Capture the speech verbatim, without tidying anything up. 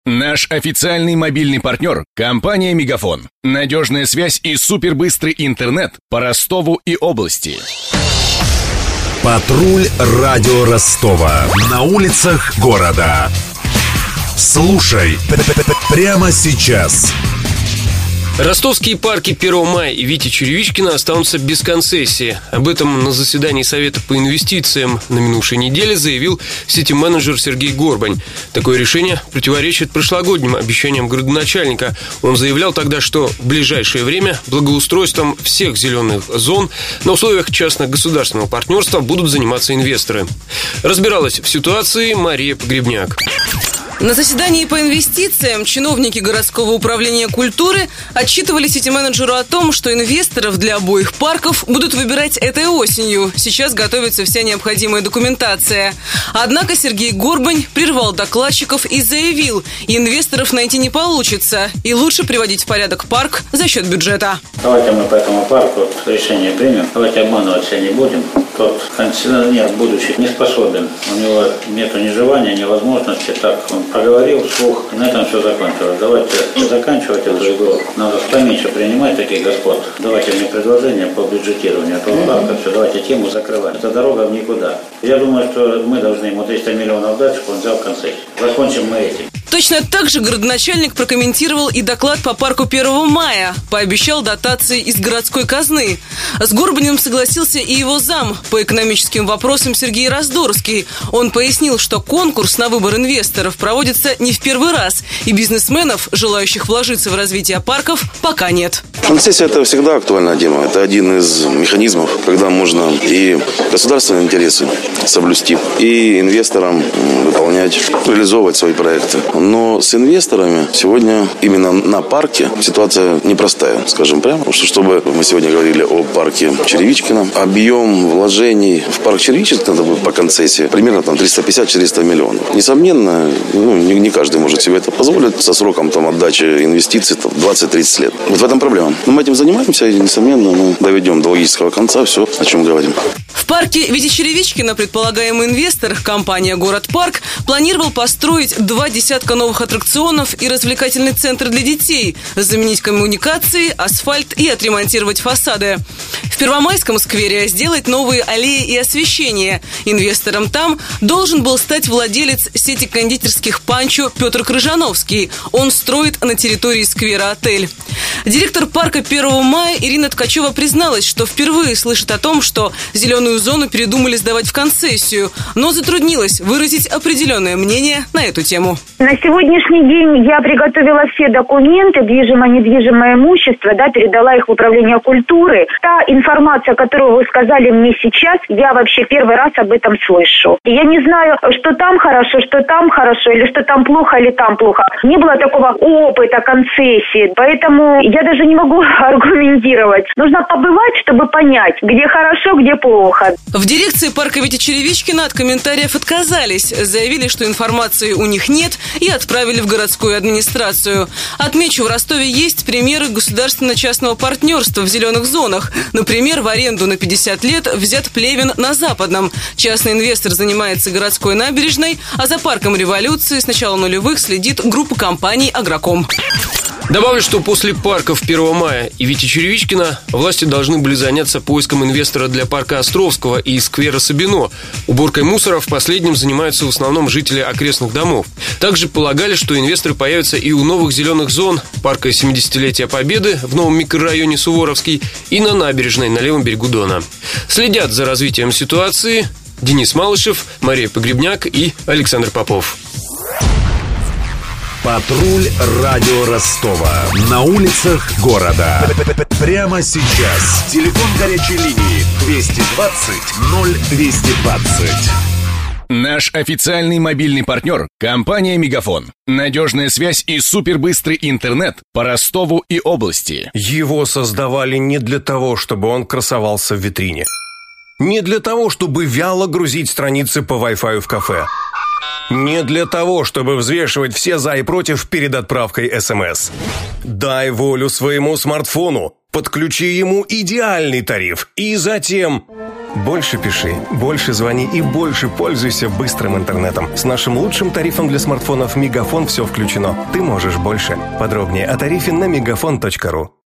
Наш официальный мобильный партнер – компания «Мегафон». Надежная связь и супербыстрый интернет по Ростову и области. Патруль радио Ростова. На улицах города. Слушай прямо сейчас. Ростовские парки первого мая и Вити Черевичкина останутся без концессии. Об этом на заседании Совета по инвестициям на минувшей неделе заявил сити-менеджер Сергей Горбань. Такое решение противоречит прошлогодним обещаниям градоначальника. Он заявлял тогда, что в ближайшее время благоустройством всех зеленых зон на условиях частно-государственного партнерства будут заниматься инвесторы. Разбиралась в ситуации Мария Погребняк. На заседании по инвестициям чиновники городского управления культуры отчитывали сити-менеджеру о том, что инвесторов для обоих парков будут выбирать этой осенью. Сейчас готовится вся необходимая документация. Однако Сергей Горбань прервал докладчиков и заявил, инвесторов найти не получится, и лучше приводить в порядок парк за счет бюджета. Давайте мы по этому парку решение примем. Давайте обманывать себя не будем. Тот концессионер, будучи не способен, у него нет ни желания, ни возможности, так он проговорил вслух, и на этом все закончилось. Давайте заканчивать эту игру. Надо поменьше принимать таких господ. Давайте мне предложение по бюджетированию этого парка. Все, давайте тему закрывать. Это дорога в никуда. Я думаю, что мы должны ему триста миллионов дать, чтобы он взял концессию. Закончим мы этим. Точно так же городоначальник прокомментировал и доклад по парку первого мая. Пообещал дотации из городской казны. С Горбанем согласился и его зам по экономическим вопросам Сергей Раздорский. Он пояснил, что конкурс на выбор инвесторов проводится не в первый раз, и бизнесменов, желающих вложиться в развитие парков, пока нет. Концессия – это всегда актуальная тема. Это один из механизмов, когда можно и государственные интересы соблюсти, и инвесторам выполнять, реализовывать свои проекты. Но с инвесторами сегодня именно на парке ситуация непростая, скажем прямо. Потому что, чтобы мы сегодня говорили о парке Черевичкина, объем вложений в парк Черевичкина по концессии примерно там триста пятьдесят - четыреста миллионов. Несомненно, ну, не, не каждый может себе это позволить со сроком там, отдачи инвестиций двадцать-тридцать лет. Вот в этом проблема. Но мы этим занимаемся, и, несомненно, мы доведем до логического конца все, о чем говорим. В парке Вити Черевичкина предполагаемый инвестор, компания «Город Парк», планировал построить два десятка новых аттракционов и развлекательный центр для детей, заменить коммуникации, асфальт и отремонтировать фасады. В Первомайском сквере сделать новые аллеи и освещение. Инвестором там должен был стать владелец сети кондитерских «Панчо» Петр Крыжановский. Он строит на территории сквера отель. Директор парка первого мая Ирина Ткачева призналась, что впервые слышит о том, что зеленую зону передумали сдавать в концессию, но затруднилась выразить определенное мнение на эту тему. На сегодняшний день я приготовила все документы, движимое-недвижимое имущество, да, передала их в управление культуры. Та информация, которую вы сказали мне сейчас, я вообще первый раз об этом слышу. Я не знаю, что там хорошо, что там хорошо, или что там плохо, или там плохо. Не было такого опыта концессии, поэтому я даже не могу аргументировать. Нужно побывать, чтобы понять, где хорошо, где плохо. В дирекции парка Вити Черевичкина от комментариев отказались. Заявили, что информации у них нет, и отправили в городскую администрацию. Отмечу, в Ростове есть примеры государственно-частного партнерства в зеленых зонах. Например, в аренду на пятьдесят лет взят Плевен на Западном. Частный инвестор занимается городской набережной, а за парком Революции с начала нулевых следит группа компаний «Агроком». Добавлю, что после парков первого мая и Вити Черевичкина власти должны были заняться поиском инвестора для парка Островского и сквера Сабино. Уборкой мусора в последнем занимаются в основном жители окрестных домов. Также полагали, что инвесторы появятся и у новых зеленых зон парка семидесятилетия Победы в новом микрорайоне Суворовский и на набережной на левом берегу Дона. Следят за развитием ситуации Денис Малышев, Мария Погребняк и Александр Попов. Патруль радио Ростова. На улицах города. Прямо сейчас. Телефон горячей линии двести двадцать ноль двести двадцать. Наш официальный мобильный партнер – компания «Мегафон». Надежная связь и супербыстрый интернет по Ростову и области. Его создавали не для того, чтобы он красовался в витрине. Не для того, чтобы вяло грузить страницы по Wi-Fi в кафе. Не для того, чтобы взвешивать все за и против перед отправкой СМС. Дай волю своему смартфону, подключи ему идеальный тариф и затем Больше пиши, больше звони и больше пользуйся быстрым интернетом. С нашим лучшим тарифом для смартфонов «Мегафон» все включено. Ты можешь больше. Подробнее о тарифе на мегафон точка ру.